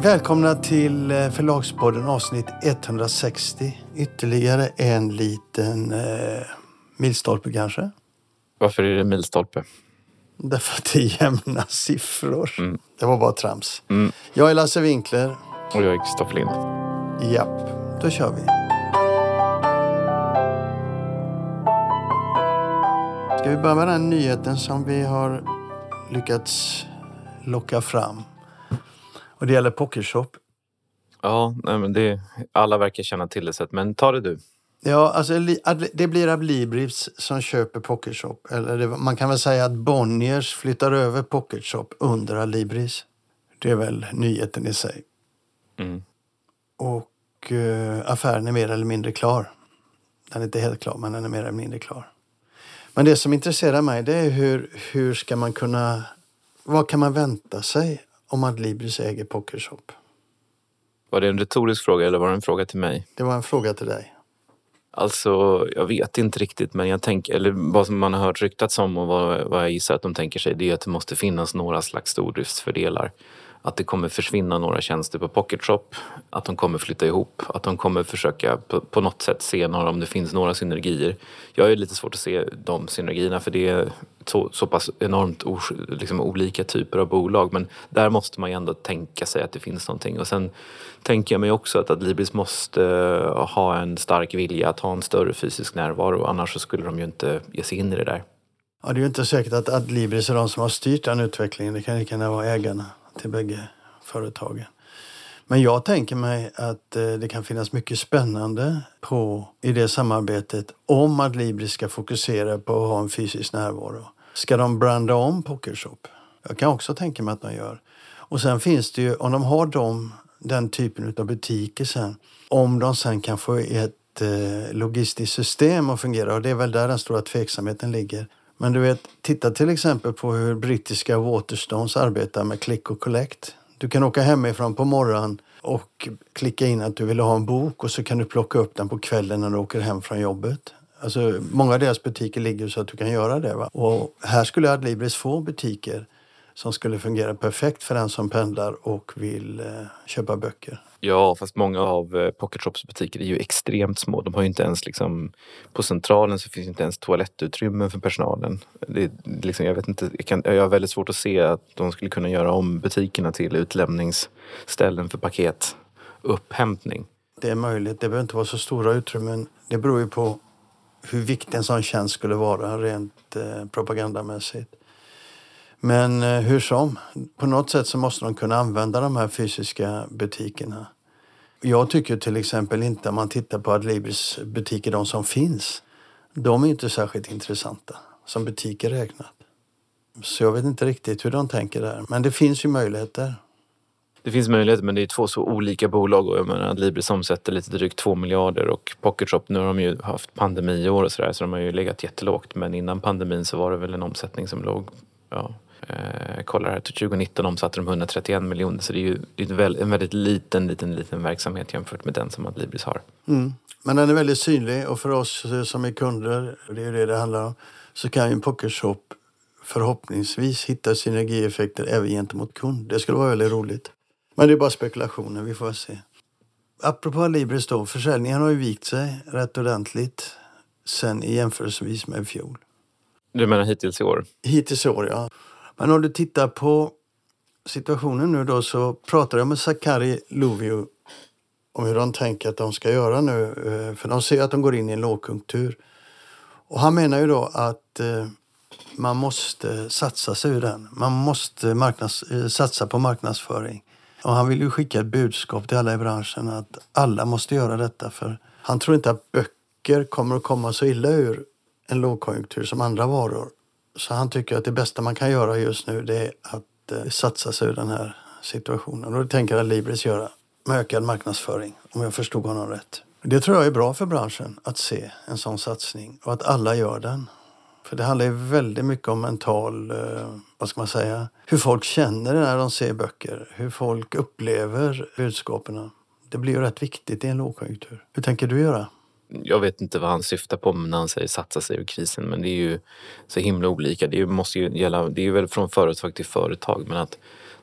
Välkomna till Förlagspodden avsnitt 160. Ytterligare en liten milstolpe kanske. Varför är det milstolpe? Därför att det är jämna siffror. Det var bara trams. Jag är Lasse Winkler. Och jag är Kristoffer Lind. Japp, då kör vi. Ska vi börja med den nyheten som vi har lyckats locka fram? Och det gäller Pokershop. Ja, nej, men alla verkar känna till det, men ta det du. Ja, alltså det blir Adlibris som köper Pokershop. Eller man kan väl säga att Bonniers flyttar över Pokershop under Adlibris. Det är väl nyheten i sig. Och affären är mer eller mindre klar. Den är inte helt klar, men den är mer eller mindre klar. Men det som intresserar mig, det är hur ska man kunna... Vad kan man vänta sig om Adlibris äger Pokershop? Var det en retorisk fråga eller var det en fråga till mig? Det var en fråga till dig. Alltså, jag vet inte riktigt, men jag tänker, eller vad som man har hört ryktats om och vad jag gissar att de tänker sig, det är att det måste finnas några slags stordriftsfördelar. Att det kommer försvinna några tjänster på Pokershop, att de kommer flytta ihop, att de kommer försöka på något sätt se om det finns några synergier. Jag är lite svårt att se de synergierna för det är så pass enormt olika typer av bolag, men där måste man ju ändå tänka sig att det finns någonting. Och sen tänker jag mig också att Adlibris måste ha en stark vilja att ha en större fysisk närvaro, annars så skulle de ju inte ge sig in i det där. Ja, det är ju inte säkert att Adlibris är de som har styrt den utvecklingen. Det kan lika gärna vara ägarna till bägge företagen. Men jag tänker mig att det kan finnas mycket spännande i det samarbetet om Adlibris ska fokusera på att ha en fysisk närvaro. Ska de branda om Pokershop? Jag kan också tänka mig att de gör. Och sen finns det ju, om de har den typen av butiker sen, om de sen kan få ett logistiskt system att fungera, och det är väl där den stora tveksamheten ligger. Men du vet, titta till exempel på hur brittiska Waterstones arbetar med click och collect. Du kan åka hemifrån på morgonen och klicka in att du vill ha en bok och så kan du plocka upp den på kvällen när du åker hem från jobbet. Alltså, många av deras butiker ligger så att du kan göra det. Va? Och här skulle Adlibris få butiker som skulle fungera perfekt för den som pendlar och vill köpa böcker. Ja, fast många av Pokershops butiker är ju extremt små. De har ju inte ens på centralen så finns inte ens toalettutrymmen för personalen. Det är jag vet inte, jag har väldigt svårt att se att de skulle kunna göra om butikerna till utlämningsställen för paketupphämtning. Det är möjligt, det behöver inte vara så stora utrymmen. Det beror ju på hur viktig en sån tjänst skulle vara rent propagandamässigt. Men hur som, på något sätt så måste de kunna använda de här fysiska butikerna. Jag tycker till exempel inte, om man tittar på Adlibris butiker, de som finns, de är inte särskilt intressanta som butiker räknat. Så jag vet inte riktigt hur de tänker där. Men det finns ju möjligheter. Det finns möjligheter, men det är två så olika bolag. Och jag menar, Adlibris omsätter lite drygt 2 miljarder och Pokershop, nu har de ju haft pandemiår och sådär, så de har ju legat jättelågt. Men innan pandemin så var det väl en omsättning som låg, kollar här, till 2019 omsatte de 131 miljoner, så det är ju en väldigt liten verksamhet jämfört med den som Adlibris har. Men den är väldigt synlig, och för oss som är kunder, det är det handlar om, så kan ju en Pokershop förhoppningsvis hitta synergieffekter även gentemot kund. Det skulle vara väldigt roligt. Men det är bara spekulationer, vi får se. Apropå Adlibris då, försäljningen har ju vikt sig rätt ordentligt sen i jämförelsevis med fjol. Du menar hittills i år? Hittills i år, ja. Men om du tittar på situationen nu då, så pratar jag med Sakari Louvio om hur de tänker att de ska göra nu. För de ser att de går in i en lågkonjunktur. Och han menar ju då att man måste satsa sig ur den. Man måste satsa på marknadsföring. Och han vill ju skicka ett budskap till alla i branschen att alla måste göra detta. För han tror inte att böcker kommer att komma så illa ur en lågkonjunktur som andra varor. Så han tycker att det bästa man kan göra just nu, det är att satsa sig ur den här situationen. Och det tänker Adlibris göra med ökad marknadsföring, om jag förstod honom rätt. Det tror jag är bra för branschen att se en sån satsning och att alla gör den. För det handlar ju väldigt mycket om mental, hur folk känner när de ser böcker. Hur folk upplever budskapen. Det blir ju rätt viktigt i en lågkonjunktur. Hur tänker du göra? Jag vet inte vad han syftar på när han säger satsa sig ur krisen, men det är ju så himla olika. Det måste ju gälla, det är ju väl från företag till företag, men att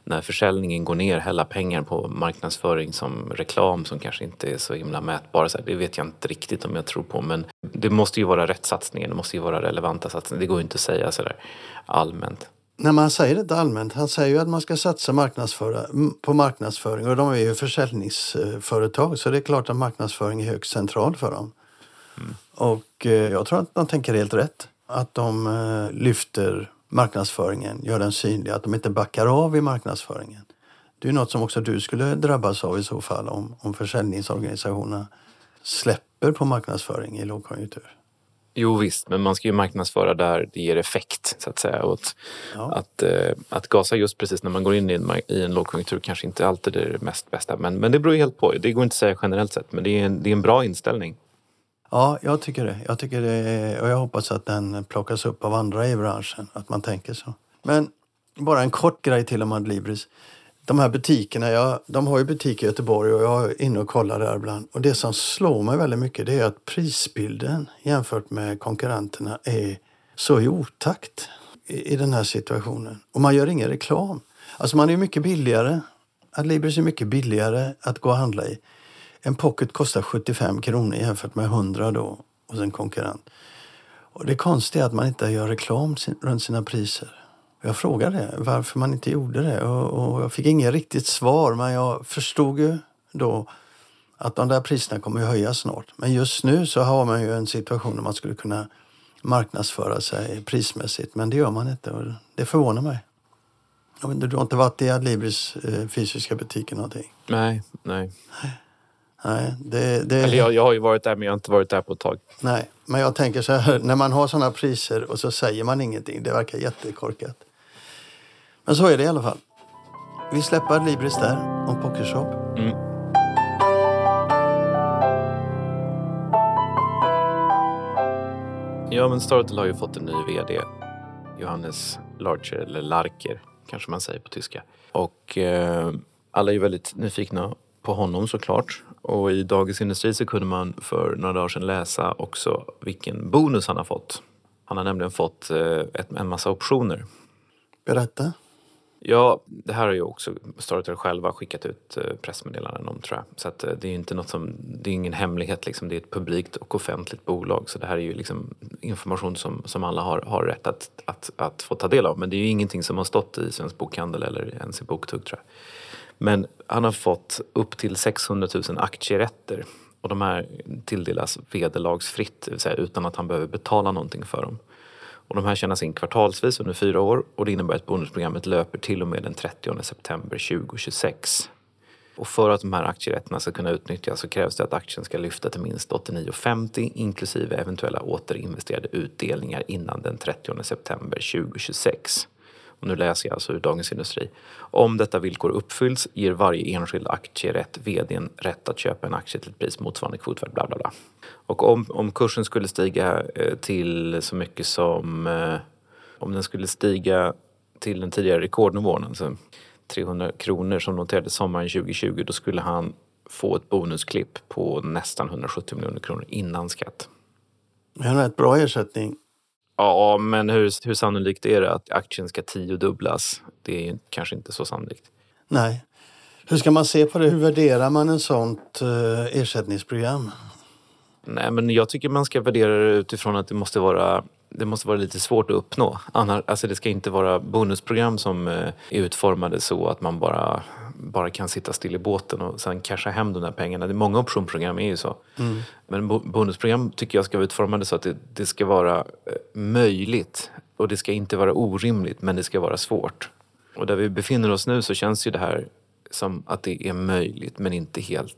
när försäljningen går ner, hälla pengar på marknadsföring som reklam som kanske inte är så himla mätbara. Så det vet jag inte riktigt om jag tror på, men det måste ju vara rätt satsningar, det måste ju vara relevanta satsningar. Det går ju inte att säga sådär allmänt. När man säger det allmänt, han säger ju att man ska satsa på marknadsföring, och de är ju försäljningsföretag, så det är klart att marknadsföring är högst central för dem. Och jag tror att de tänker helt rätt. Att de lyfter marknadsföringen, gör den synlig, att de inte backar av i marknadsföringen. Det är något som också du skulle drabbas av i så fall om försäljningsorganisationerna släpper på marknadsföring i lågkonjunktur. Jo visst, men man ska ju marknadsföra där det ger effekt så att säga. Och att gasa just precis när man går in i en lågkonjunktur kanske inte alltid är det mest bästa. Men det beror ju helt på. Det går inte att säga generellt sett, men det är en bra inställning. Ja, jag tycker det. Och jag hoppas att den plockas upp av andra i branschen, att man tänker så. Men bara en kort grej till om Adlibris. De här butikerna, de har ju butiker i Göteborg och jag är inne och kollar där ibland. Och det som slår mig väldigt mycket, det är att prisbilden jämfört med konkurrenterna är så i otakt i den här situationen. Och man gör ingen reklam. Alltså man är ju mycket billigare. Adlibris är mycket billigare att gå och handla i. En pocket kostar 75 kronor jämfört med 100 då hos en konkurrent. Och det konstiga är att man inte gör reklam runt sina priser. Jag frågade varför man inte gjorde det och jag fick inget riktigt svar, men jag förstod ju då att de där priserna kommer att höjas snart. Men just nu så har man ju en situation där man skulle kunna marknadsföra sig prismässigt, men det gör man inte och det förvånar mig. Du har inte varit i Adlibris fysiska butiker någonting? Nej. Eller jag har ju varit där, men jag har inte varit där på ett tag. Nej, men jag tänker så här, när man har sådana priser och så säger man ingenting, det verkar jättekorkat. Men så är det i alla fall. Vi släpper Adlibris där om Pokershop. Ja, men Storytel har ju fått en ny vd. Johannes Larcher, eller Larker kanske man säger på tyska. Och alla är ju väldigt nyfikna på honom såklart. Och i Dagens Industri så kunde man för några dagar sedan läsa också vilken bonus han har fått. Han har nämligen fått en massa optioner. Berätta. Ja, det här har ju också Storytel själva skickat ut pressmeddelanden om, tror jag. Så att det är ju inte det är ingen hemlighet liksom. Det är ett publikt och offentligt bolag. Så det här är ju liksom information som alla har rätt att få ta del av. Men det är ju ingenting som har stått i Svensk Bokhandel eller ens i Boktugg, tror jag. Men han har fått upp till 600 000 aktierätter. Och de här tilldelas vederlagsfritt, det vill säga utan att han behöver betala någonting för dem. Och de här tjänas in kvartalsvis under 4 år och det innebär att bonusprogrammet löper till och med den 30 september 2026. Och för att de här aktierätterna ska kunna utnyttjas så krävs det att aktien ska lyfta till minst 89,50 inklusive eventuella återinvesterade utdelningar innan den 30 september 2026. Och nu läser jag alltså ur Dagens Industri. Om detta villkor uppfylls ger varje enskild aktierätt vdn rätt att köpa en aktie till ett pris motsvarande kvotvärde bla bla bla. Och om kursen skulle stiga till så mycket som om den skulle stiga till den tidigare rekordnivån, alltså 300 kronor som noterades sommaren 2020, då skulle han få ett bonusklipp på nästan 170 miljoner kronor innan skatt. Det är ett bra ersättning. Ja, men hur sannolikt är det att aktien ska 10-dubblas? Det är kanske inte så sannolikt. Nej. Hur ska man se på det? Hur värderar man en sånt ersättningsprogram? Nej, men jag tycker man ska värdera det utifrån att det måste vara lite svårt att uppnå. Alltså det ska inte vara bonusprogram som är utformade så att man bara kan sitta still i båten och sen casha hem de där pengarna. Det är många optionprogram är ju så. Men bonusprogram tycker jag ska vara utformade så att det ska vara möjligt och det ska inte vara orimligt, men det ska vara svårt. Och där vi befinner oss nu så känns ju det här som att det är möjligt men inte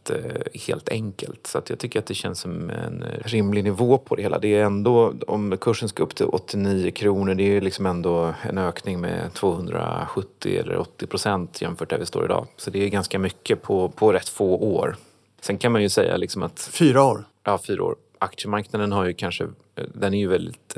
helt enkelt. Så att jag tycker att det känns som en rimlig nivå på det hela. Det är ändå, om kursen ska upp till 89 kronor, det är liksom ändå en ökning med 270 eller 80% jämfört där vi står idag. Så det är ganska mycket på rätt få år. Sen kan man ju säga liksom att... 4 år? Ja, 4 år. Aktiemarknaden har ju kanske, den är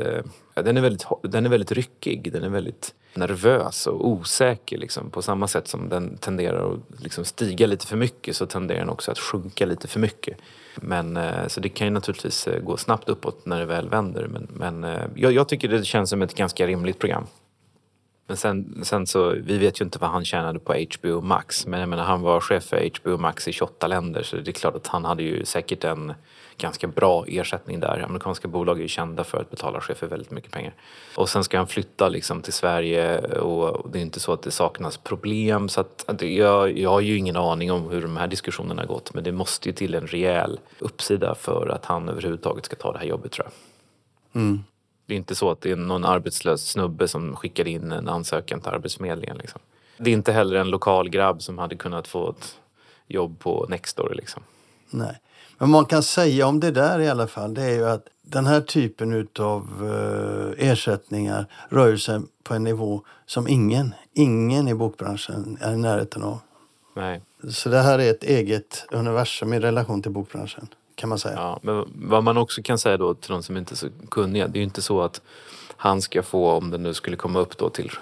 väldigt ryckig, den är väldigt nervös och osäker liksom. På samma sätt som den tenderar att liksom stiga lite för mycket så tenderar den också att sjunka lite för mycket. Men så det kan ju naturligtvis gå snabbt uppåt när det väl vänder, men jag tycker det känns som ett ganska rimligt program. Men sen så, vi vet ju inte vad han tjänade på HBO Max. Men jag menar, han var chef för HBO Max i 28 länder. Så det är klart att han hade ju säkert en ganska bra ersättning där. Amerikanska bolag är ju kända för att betala chefer väldigt mycket pengar. Och sen ska han flytta liksom till Sverige och det är inte så att det saknas problem. Så att jag har ju ingen aning om hur de här diskussionerna har gått. Men det måste ju till en rejäl uppsida för att han överhuvudtaget ska ta det här jobbet, tror jag. Mm. Det är inte så att det är någon arbetslös snubbe som skickar in en ansökan till Arbetsförmedlingen. Liksom. Det är inte heller en lokal grabb som hade kunnat få ett jobb på Nextdoor. Liksom. Nej. Men man kan säga om det där i alla fall, det är ju att den här typen av ersättningar rör sig på en nivå som ingen i bokbranschen är i närheten av. Nej. Så det här är ett eget universum i relation till bokbranschen, kan man säga. Ja, men vad man också kan säga då till de som inte är så kunniga, det är ju inte så att han ska få, om det nu skulle komma upp då till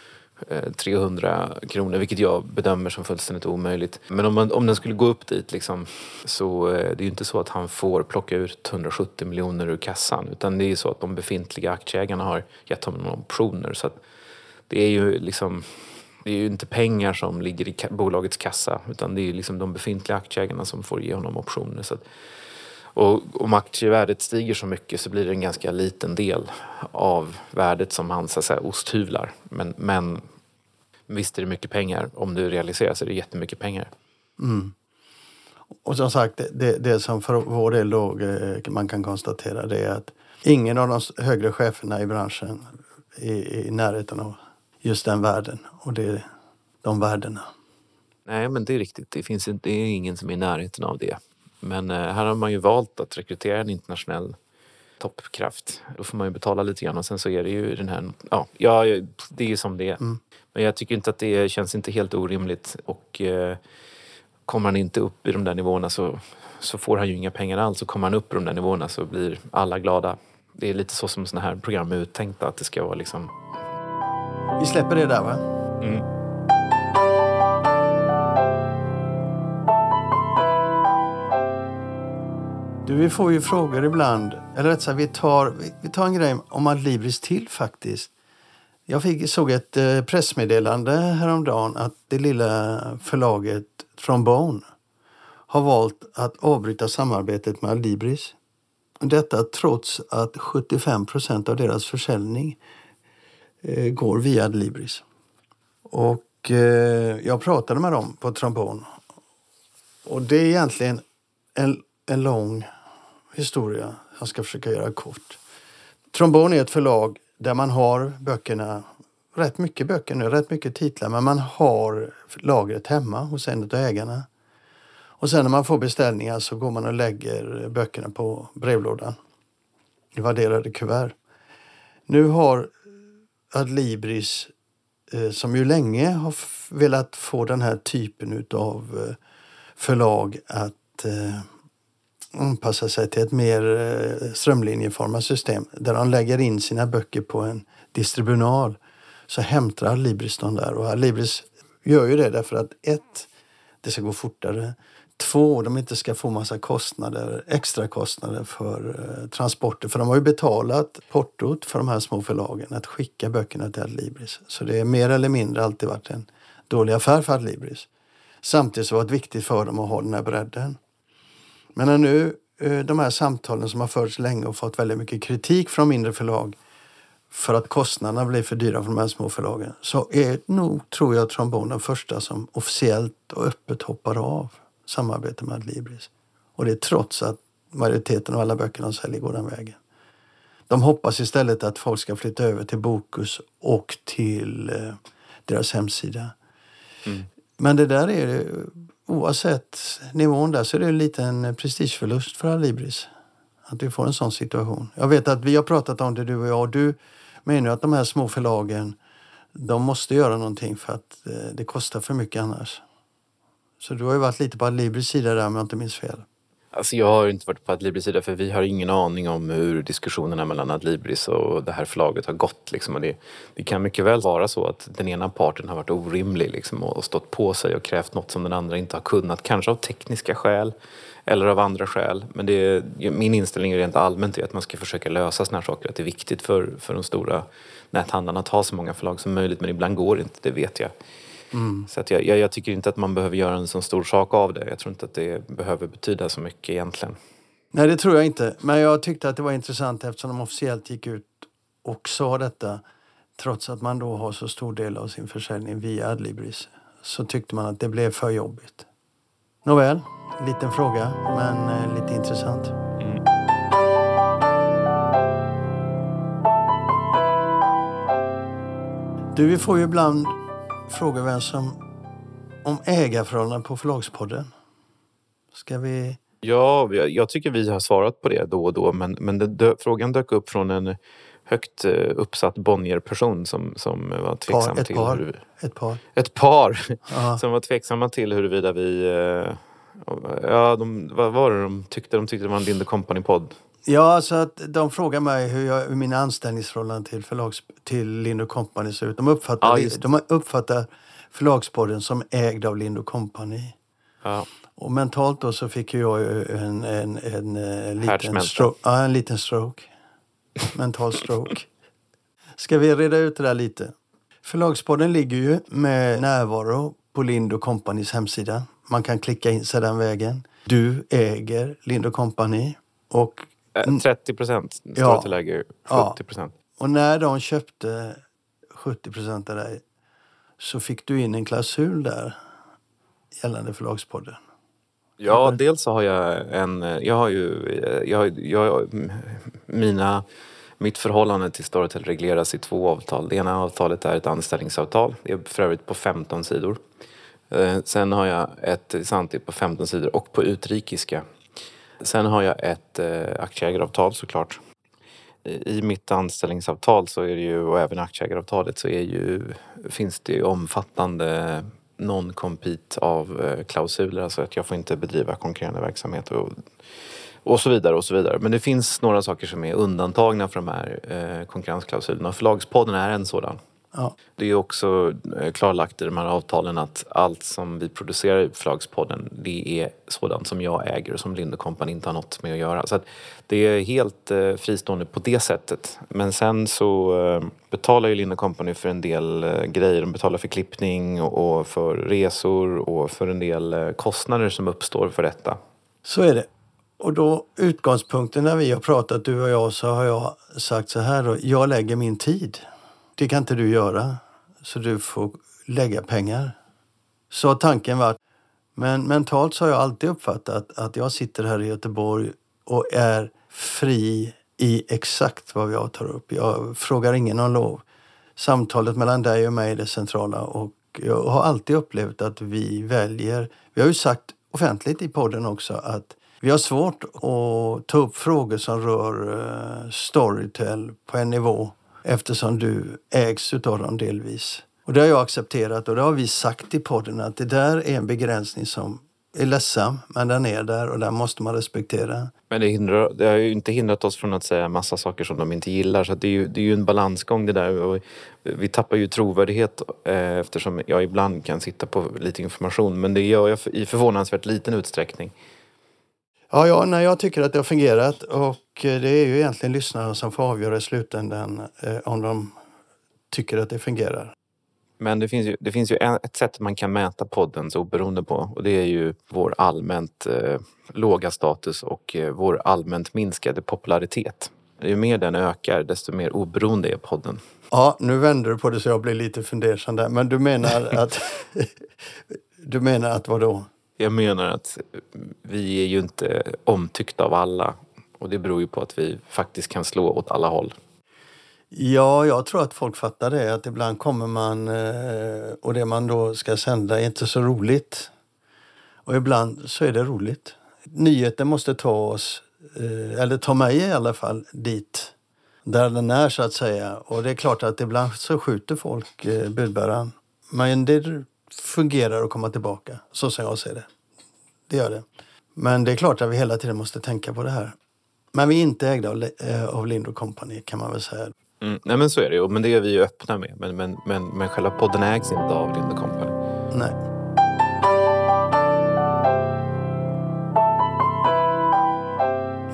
300 kronor, vilket jag bedömer som fullständigt omöjligt. Men om den skulle gå upp dit liksom, så det är ju inte så att han får plocka ut 170 miljoner ur kassan, utan det är ju så att de befintliga aktieägarna har gett honom optioner. Så att det är ju liksom, det är ju inte pengar som ligger i bolagets kassa, utan det är ju liksom de befintliga aktieägarna som får ge honom optioner. Så att, och om aktievärdet stiger så mycket så blir det en ganska liten del av värdet som han så att säga osthyvlar. Men visst är det mycket pengar. Om det realiseras är det jättemycket pengar. Mm. Och som sagt, det som för vår del då, man kan konstatera, det är att ingen av de högre cheferna i branschen är i närheten av just den värden och de värdena. Nej, men det är riktigt. Det är ingen som är i närheten av det. Men här har man ju valt att rekrytera en internationell toppkraft. Då får man ju betala lite grann och sen så är det ju den här... Ja, det är ju som det är. Mm. Men jag tycker inte att det känns inte helt orimligt. Och kommer han inte upp i de där nivåerna så får han ju inga pengar alls. Och kommer han upp i de där nivåerna så blir alla glada. Det är lite så som såna här program är uttänkta, att det ska vara liksom... Vi släpper det där, va? Mm. Vi får ju frågor ibland, eller rätt sagt, vi tar en grej om Adlibris till faktiskt. Jag såg ett pressmeddelande häromdagen att det lilla förlaget Trombone har valt att avbryta samarbetet med Adlibris. Detta trots att 75% av deras försäljning går via Adlibris. Och jag pratade med dem på Trombone. Och det är egentligen en lång historia. Jag ska försöka göra kort. Trombone är ett förlag där man har böckerna, rätt mycket böcker nu, rätt mycket titlar, men man har lagret hemma hos en av ägarna. Och sen när man får beställningar så går man och lägger böckerna på brevlådan i värderade kuvert. Nu har Adlibris, som ju länge har velat få den här typen av förlag att anpassa sig till ett mer strömlinjeformat system där de lägger in sina böcker på en distribunal, så hämtar Adlibris dem där. Och Adlibris gör ju det därför att 1, det ska gå fortare. 2, de inte ska få massa extra kostnader för transporter. För de har ju betalat portot för de här små förlagen att skicka böckerna till Adlibris. Så det är mer eller mindre alltid varit en dålig affär för Adlibris. Samtidigt så var det viktigt för dem att ha den här bredden. Men när nu de här samtalen som har förts länge och fått väldigt mycket kritik från mindre förlag för att kostnaderna blir för dyra för de här små förlagen, så är nog, tror jag, Trombone den första som officiellt och öppet hoppar av samarbete med Adlibris. Och det är trots att majoriteten av alla böckerna säljer går den vägen. De hoppas istället att folk ska flytta över till Bokus och till deras hemsida. Mm. Men det där är, oavsett nivån där, så är det en liten prestigeförlust för Adlibris. Att vi får en sån situation. Jag vet att vi har pratat om det, du och jag. Och du menar att de här små förlagen, de måste göra någonting för att det kostar för mycket annars. Så du har ju varit lite på Adlibris sida där, om jag inte minns fel. Alltså jag har inte varit på Adlibris sida, för vi har ingen aning om hur diskussionerna mellan Adlibris och det här förlaget har gått. Liksom. Och det kan mycket väl vara så att den ena parten har varit orimlig liksom, och stått på sig och krävt något som den andra inte har kunnat. Kanske av tekniska skäl eller av andra skäl. Men min inställning rent allmänt är att man ska försöka lösa såna här saker. Att det är viktigt för de stora näthandlarna att ha så många förlag som möjligt, men ibland går det inte, det vet jag. Så att jag tycker inte att man behöver göra en så stor sak av det. Jag tror inte att det behöver betyda så mycket egentligen. Nej, det tror jag inte. Men jag tyckte att det var intressant eftersom de officiellt gick ut och sa detta. Trots att man då har så stor del av sin försäljning via Adlibris, så tyckte man att det blev för jobbigt. Nåväl, liten fråga, men lite intressant. Du, vi får ju ibland fråga vem som om ägarförhållanden på Förlagspodden. Ska vi... Ja, jag tycker vi har svarat på det då och då, men frågan dök upp från en högt uppsatt Bonnier-person som var tveksam Ett par som var tveksamma till huruvida vi... vad var det de tyckte? De tyckte det var en Lind & Company-podd. Ja, så att de frågar mig hur mina anställningsförhållanden till Lind & Company ser ut. De uppfattar Förlagspodden som ägd av Lind & Company. Ja. Och mentalt då så fick jag en liten stroke. Ja, en liten stroke. Mental stroke. Ska vi reda ut det där lite? Förlagspodden ligger ju med närvaro på Lind & Companys hemsida. Man kan klicka in sig den vägen. Du äger Lind & Company. Och 30%. Staten äger 70%. Ja. Och när de köpte 70% av dig så fick du in en klausul där gällande Förlagspodden. Ja, dels så har mitt förhållande till Storytel regleras i 2 avtal. Det ena avtalet är ett anställningsavtal. Det är för övrigt på 15 sidor. Sen har jag ett samtidigt på 15 sidor och på utrikiska. Sen har jag ett aktieägaravtal såklart. I mitt anställningsavtal så är det ju, och även aktieägaravtalet, så finns det ju omfattande non-compete av klausuler. Alltså att jag får inte bedriva konkurrerande verksamhet och så vidare och så vidare. Men det finns några saker som är undantagna från de här konkurrensklausulerna. Förlagspodden är en sådan. Ja. Det är också klarlagt i de här avtalen att allt som vi producerar i Förlagspodden, det är sådant som jag äger och som Lind & Company inte har något med att göra. Så att det är helt fristående på det sättet. Men sen så betalar ju Lind & Company för en del grejer. De betalar för klippning och för resor och för en del kostnader som uppstår för detta. Så är det. Och då utgångspunkten när vi har pratat, du och jag, så har jag sagt så här då. Jag lägger min tid. Det kan inte du göra, så du får lägga pengar. Så har tanken varit. Men mentalt så har jag alltid uppfattat att jag sitter här i Göteborg och är fri i exakt vad jag tar upp. Jag frågar ingen om lov. Samtalet mellan dig och mig är det centrala, och jag har alltid upplevt att vi har ju sagt offentligt i podden också att vi har svårt att ta upp frågor som rör Storytel på en nivå, eftersom du ägs utav dem delvis. Och det har jag accepterat, och det har vi sagt i podden att det där är en begränsning som är ledsam, men den är där och den måste man respektera. Men det har ju inte hindrat oss från att säga massa saker som de inte gillar, så att det är ju en balansgång det där. Och vi tappar ju trovärdighet eftersom jag ibland kan sitta på lite information, men det gör jag i förvånansvärt liten utsträckning. Ja, jag tycker att det har fungerat, och det är ju egentligen lyssnarna som får avgöra i slutändan om de tycker att det fungerar. Men det finns ju ett sätt man kan mäta poddens oberoende på, och det är ju vår allmänt låga status och vår allmänt minskade popularitet. Ju mer den ökar, desto mer oberoende är podden. Ja, nu vänder du på det så jag blir lite fundersam där. Men du menar att vad då? Jag menar att vi är ju inte omtyckta av alla, och det beror ju på att vi faktiskt kan slå åt alla håll. Ja, jag tror att folk fattar det. Att ibland kommer man och det man då ska sända är inte så roligt. Och ibland så är det roligt. Nyheten måste ta oss, eller ta mig i alla fall, dit. Där den är så att säga. Och det är klart att ibland så skjuter folk budbäraren. Men det fungerar att komma tillbaka. Så som jag ser det. Det gör det. Men det är klart att vi hela tiden måste tänka på det här. Men vi är inte ägda av Lind & Company, kan man väl säga. Nej, men så är det ju. Men det är vi ju öppna med. Men själva podden ägs inte av Lind & Company. Nej.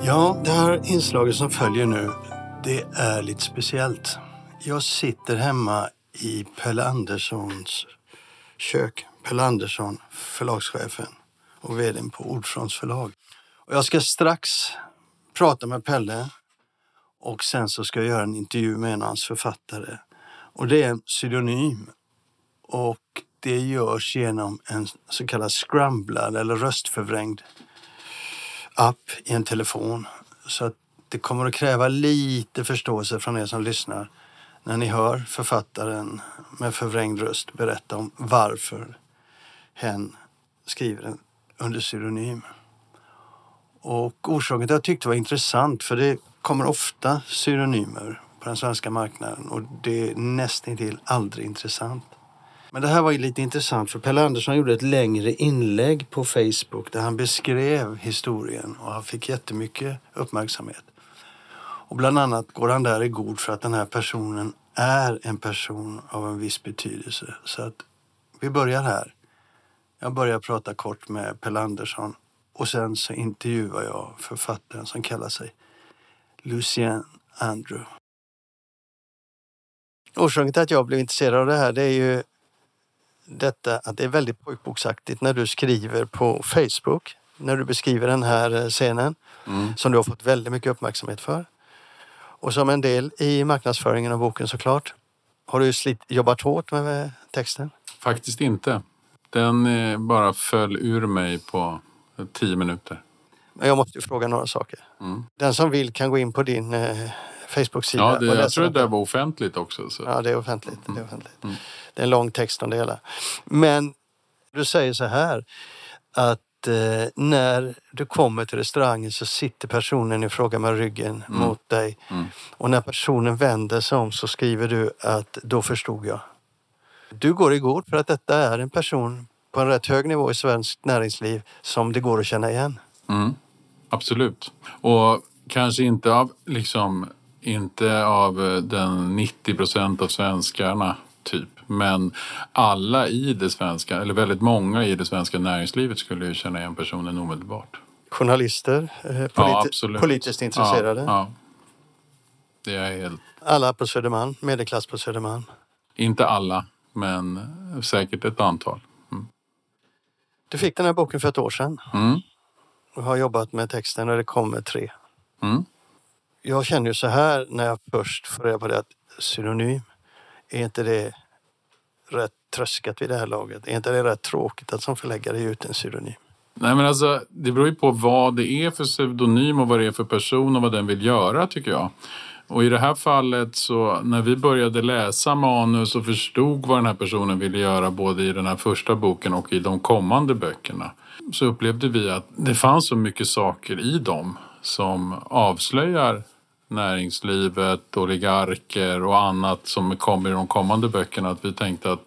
Ja, det här inslaget som följer nu, det är lite speciellt. Jag sitter hemma i Pelle Anderssons kök. Pelle Andersson, förlagschefen och vdn på Ordfronts förlag. Och jag ska strax prata med Pelle och sen så ska jag göra en intervju med en av hans författare. Och det är en pseudonym och det görs genom en så kallad scramblad eller röstförvrängd app i en telefon. Så att det kommer att kräva lite förståelse från er som lyssnar när ni hör författaren med förvrängd röst berätta om varför hen skriver den under pseudonym. Och orsaken till att jag tyckte var intressant, för det kommer ofta pseudonymer på den svenska marknaden och det är nästintill aldrig intressant. Men det här var ju lite intressant för Pelle Andersson gjorde ett längre inlägg på Facebook där han beskrev historien och han fick jättemycket uppmärksamhet. Och bland annat går han där i god för att den här personen är en person av en viss betydelse. Så att vi börjar här. Jag börjar prata kort med Pelle Andersson och sen så intervjuar jag författaren som kallar sig Lucien Andrew. Orsaken till att jag blev intresserad av det här, det är ju detta att det är väldigt pojkboksaktigt när du skriver på Facebook, när du beskriver den här scenen som du har fått väldigt mycket uppmärksamhet för. Och som en del i marknadsföringen av boken såklart. Har du jobbat hårt med texten? Faktiskt inte. Den bara föll ur mig på 10 minuter. Men jag måste ju fråga några saker. Den som vill kan gå in på din Facebook-sida. Ja, jag tror det var offentligt också. Så. Ja, det är offentligt. Det är offentligt. Det är en lång text om det hela. Men du säger så här att när du kommer till restaurangen så sitter personen i fråga med ryggen mot dig. Och när personen vänder sig om så skriver du att då förstod jag. Du går i god för att detta är en person på en rätt hög nivå i svenskt näringsliv som det går att känna igen. Absolut. Och kanske inte av den 90% av svenskarna typ. Men alla i det svenska, eller väldigt många i det svenska näringslivet skulle ju känna igen personen omedelbart. Journalister, politiskt intresserade. Ja. Det är helt... Alla på Södermalm, medelklass på Södermalm. Inte alla, men säkert ett antal. Du fick den här boken för ett år sedan. Och har jobbat med texten och det kommer 3. Jag känner ju så här när jag först får reda på det att synonym, är inte det rätt tröskat vid det här laget? Är inte det rätt tråkigt att som förläggare ge ut en pseudonym? Nej, men alltså, det beror ju på vad det är för pseudonym och vad det är för person och vad den vill göra, tycker jag. Och i det här fallet så när vi började läsa manus och förstod vad den här personen ville göra både i den här första boken och i de kommande böckerna, så upplevde vi att det fanns så mycket saker i dem som avslöjar näringslivet, oligarker och annat som kommer i de kommande böckerna, att vi tänkte att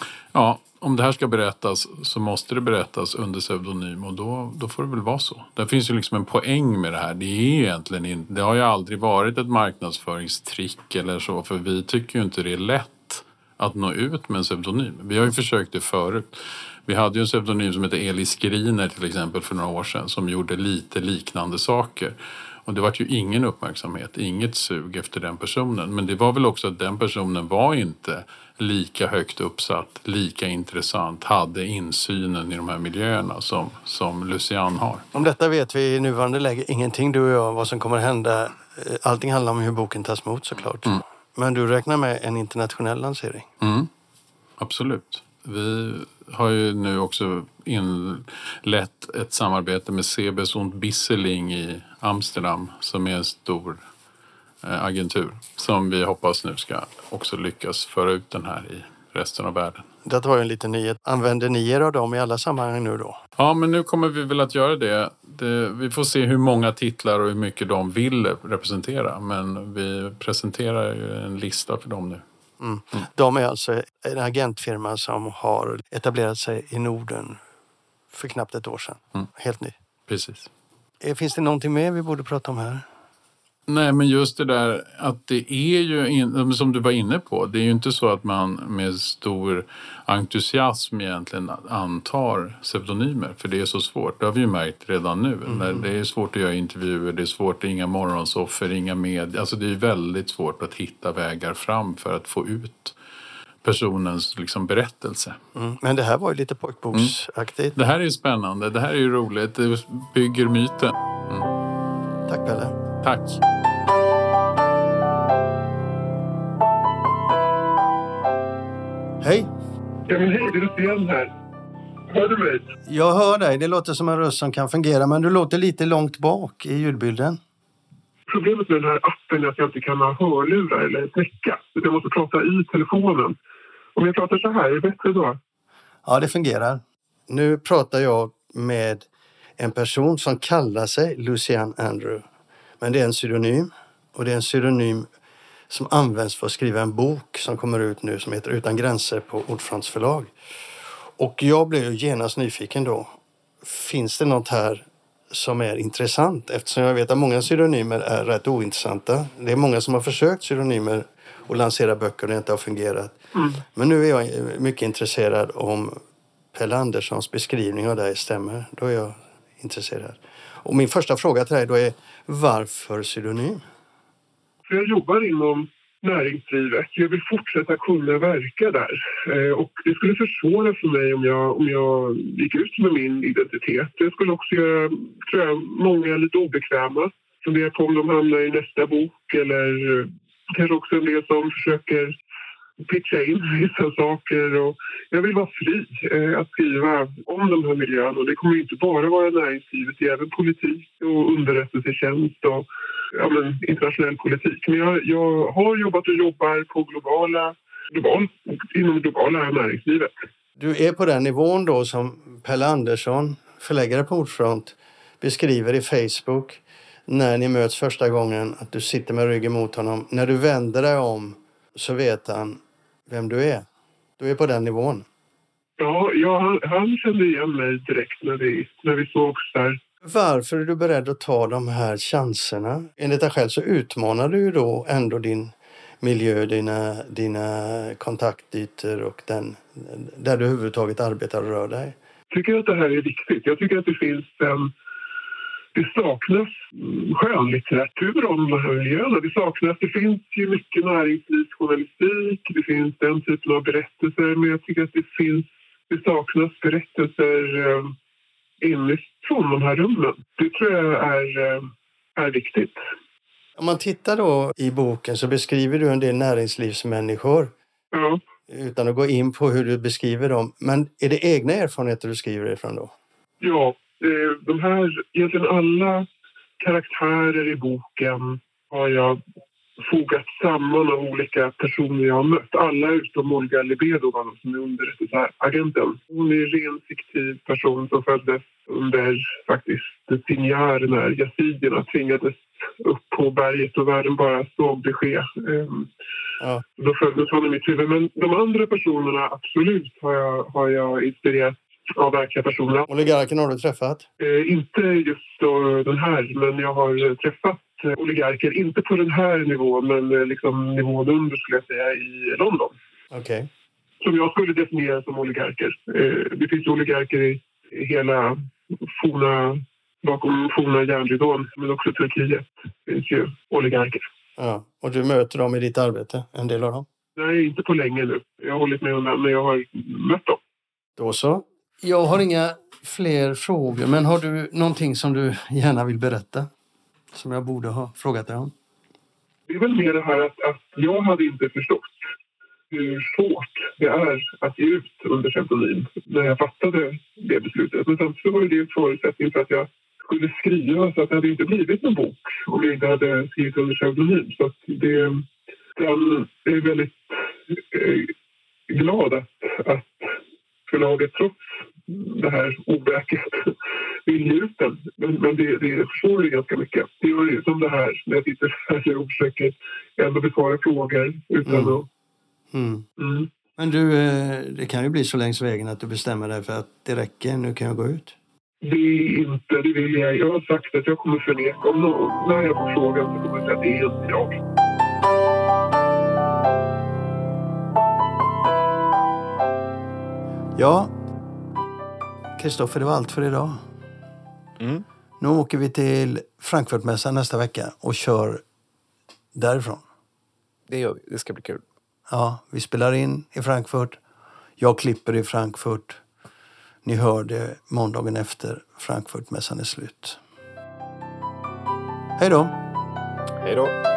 om det här ska berättas så måste det berättas under pseudonym och då får det väl vara så. Det finns ju liksom en poäng med det här. Det är egentligen det har ju aldrig varit ett marknadsföringstrick eller så, för vi tycker ju inte det är lätt att nå ut med en pseudonym. Vi har ju försökt det förut. Vi hade ju en pseudonym som heter Elis Skriner till exempel för några år sedan som gjorde lite liknande saker. Och det var ju ingen uppmärksamhet, inget sug efter den personen. Men det var väl också att den personen var inte lika högt uppsatt, lika intressant, hade insynen i de här miljöerna som Lucien har. Om detta vet vi i nuvarande läge ingenting, du och jag, vad som kommer att hända. Allting handlar om hur boken tas emot såklart. Men du räknar med en internationell lansering? Absolut. Vi har ju nu också inlett ett samarbete med Sebes und Bisseling i Amsterdam som är en stor agentur som vi hoppas nu ska också lyckas föra ut den här i resten av världen. Det var ju en liten nyhet. Använder ni er av dem i alla sammanhang nu då? Ja, men nu kommer vi väl att göra det. Vi får se hur många titlar och hur mycket de vill representera. Men vi presenterar ju en lista för dem nu. De är alltså en agentfirma som har etablerat sig i Norden för knappt ett år sedan. Helt ny. Precis. Finns det någonting mer vi borde prata om här? Nej, men just det där att det är ju, som du var inne på, det är ju inte så att man med stor entusiasm egentligen antar pseudonymer, för det är så svårt. Det har vi ju märkt redan nu. När det är svårt att göra intervjuer, det är svårt, inga morgonsoffer, inga medier. Alltså det är väldigt svårt att hitta vägar fram för att få ut personens liksom berättelse. Men det här var ju lite pojkboksaktigt. Det här är spännande, det här är ju roligt, det bygger myten. Tack Pelle. Tack. Hej. Ja, men hej, det är Lucian här. Hör du mig? Jag hör dig. Det låter som en röst som kan fungera, men du låter lite långt bak i ljudbilden. Problemet med den här appen är att jag inte kan ha hörlurar eller täcka. Jag måste prata i telefonen. Om jag pratar så här, är det bättre då? Ja, det fungerar. Nu pratar jag med en person som kallar sig Lucian Andrew. Men det är en pseudonym. Och det är en pseudonym som används för att skriva en bok som kommer ut nu som heter Utan gränser på Ordfronts förlag. Och jag blev ju genast nyfiken då. Finns det något här som är intressant? Eftersom jag vet att många pseudonymer är rätt ointressanta. Det är många som har försökt pseudonymer och lansera böcker och det inte har fungerat. Men nu är jag mycket intresserad om Pelle Anderssons beskrivning av dig stämmer. Då är jag intresserad. Och min första fråga till dig då är, varför pseudonym? För jag jobbar inom näringslivet. Jag vill fortsätta kunna verka där. Och det skulle försvåra för mig om jag gick ut med min identitet. Det skulle också göra, tror jag, många lite obekväma. Fundera på om de hamnar i nästa bok eller kanske också en del som försöker pitcha in vissa saker. Och jag vill vara fri att skriva om de här miljöerna. Och det kommer inte bara vara näringslivet, det är även politik och underrättelsetjänst och internationell politik. Men jag har jobbat och jobbar på inom globala näringslivet. Du är på den nivån då som Pelle Andersson, förläggare på Ordfront, beskriver i Facebook när ni möts första gången, att du sitter med ryggen mot honom. När du vänder dig om så vet han vem du är. Du är på den nivån. Ja, han kände igen mig direkt när vi sågs där. Varför är du beredd att ta de här chanserna? Enligt dig själv så utmanar du ju då ändå din miljö, dina kontaktytor och där du överhuvudtaget arbetar och rör dig. Jag tycker att det här är viktigt. Jag tycker att det saknas skönlitteratur om de här miljöerna. Det finns ju mycket näringslivsjournalistik, det finns den typen av berättelser, men jag tycker att det saknas berättelser inifrån de här rummen. Det tror jag är viktigt. Om man tittar då i boken så beskriver du en del näringslivsmänniskor. Ja. Utan att gå in på hur du beskriver dem. Men är det egna erfarenheter du skriver ifrån då? Ja, de här, egentligen alla karaktärer i boken har jag fogat samman av olika personer jag har mött. Alla utom Olga Lebedo, som är underrättelseagenten. Hon är en ren fiktiv person som föddes under faktiskt Sinjar när yazidierna tvingades upp på berget och världen bara såg det ske. Ja. Då föddes hon i mitt huvud. Men de andra personerna, absolut, har jag inspirerat av verkliga personer. Oligarken har du träffat? Inte just då den här, men jag har träffat oligarker, inte på den här nivån, men liksom nivån under skulle jag säga i London. Okej. Som jag skulle definiera som oligarker. Det finns oligarker i hela bakom forna järnridån, men också Turkiet finns ju oligarker. Ja, och du möter dem i ditt arbete, en del av dem? Nej, inte på länge nu. Jag har hållit med undan, men jag har mött dem. Då så. Jag har inga fler frågor, men har du någonting som du gärna vill berätta? Som jag borde ha frågat dig om? Det är väl mer det här att jag hade inte förstått hur svårt det är att ge ut under pseudonym när jag fattade det beslutet. Men samtidigt var det en förutsättning för att jag skulle skriva, så att det hade inte blivit en bok om jag inte hade skrivit under pseudonym. Så att jag är väldigt glad att förlaget trots det här oväket vill ge ut den. Men det förstår ju ganska mycket. Det är ju som det här när jag sitter här och försöker ändå besvara frågor utan att... Men du, det kan ju bli så längs vägen att du bestämmer dig för att det räcker, nu kan jag gå ut. Det vill jag. Jag har sagt att jag kommer förneka. När jag får frågan så kommer jag säga att det är inte jag. Ja, Kristoffer, det var allt för idag. Nu åker vi till Frankfurtmässan nästa vecka och kör därifrån. Det gör vi. Det ska bli kul. Ja, vi spelar in i Frankfurt. Jag klipper i Frankfurt. Ni hör det måndagen efter Frankfurtmässan är slut. Hej då! Hej då!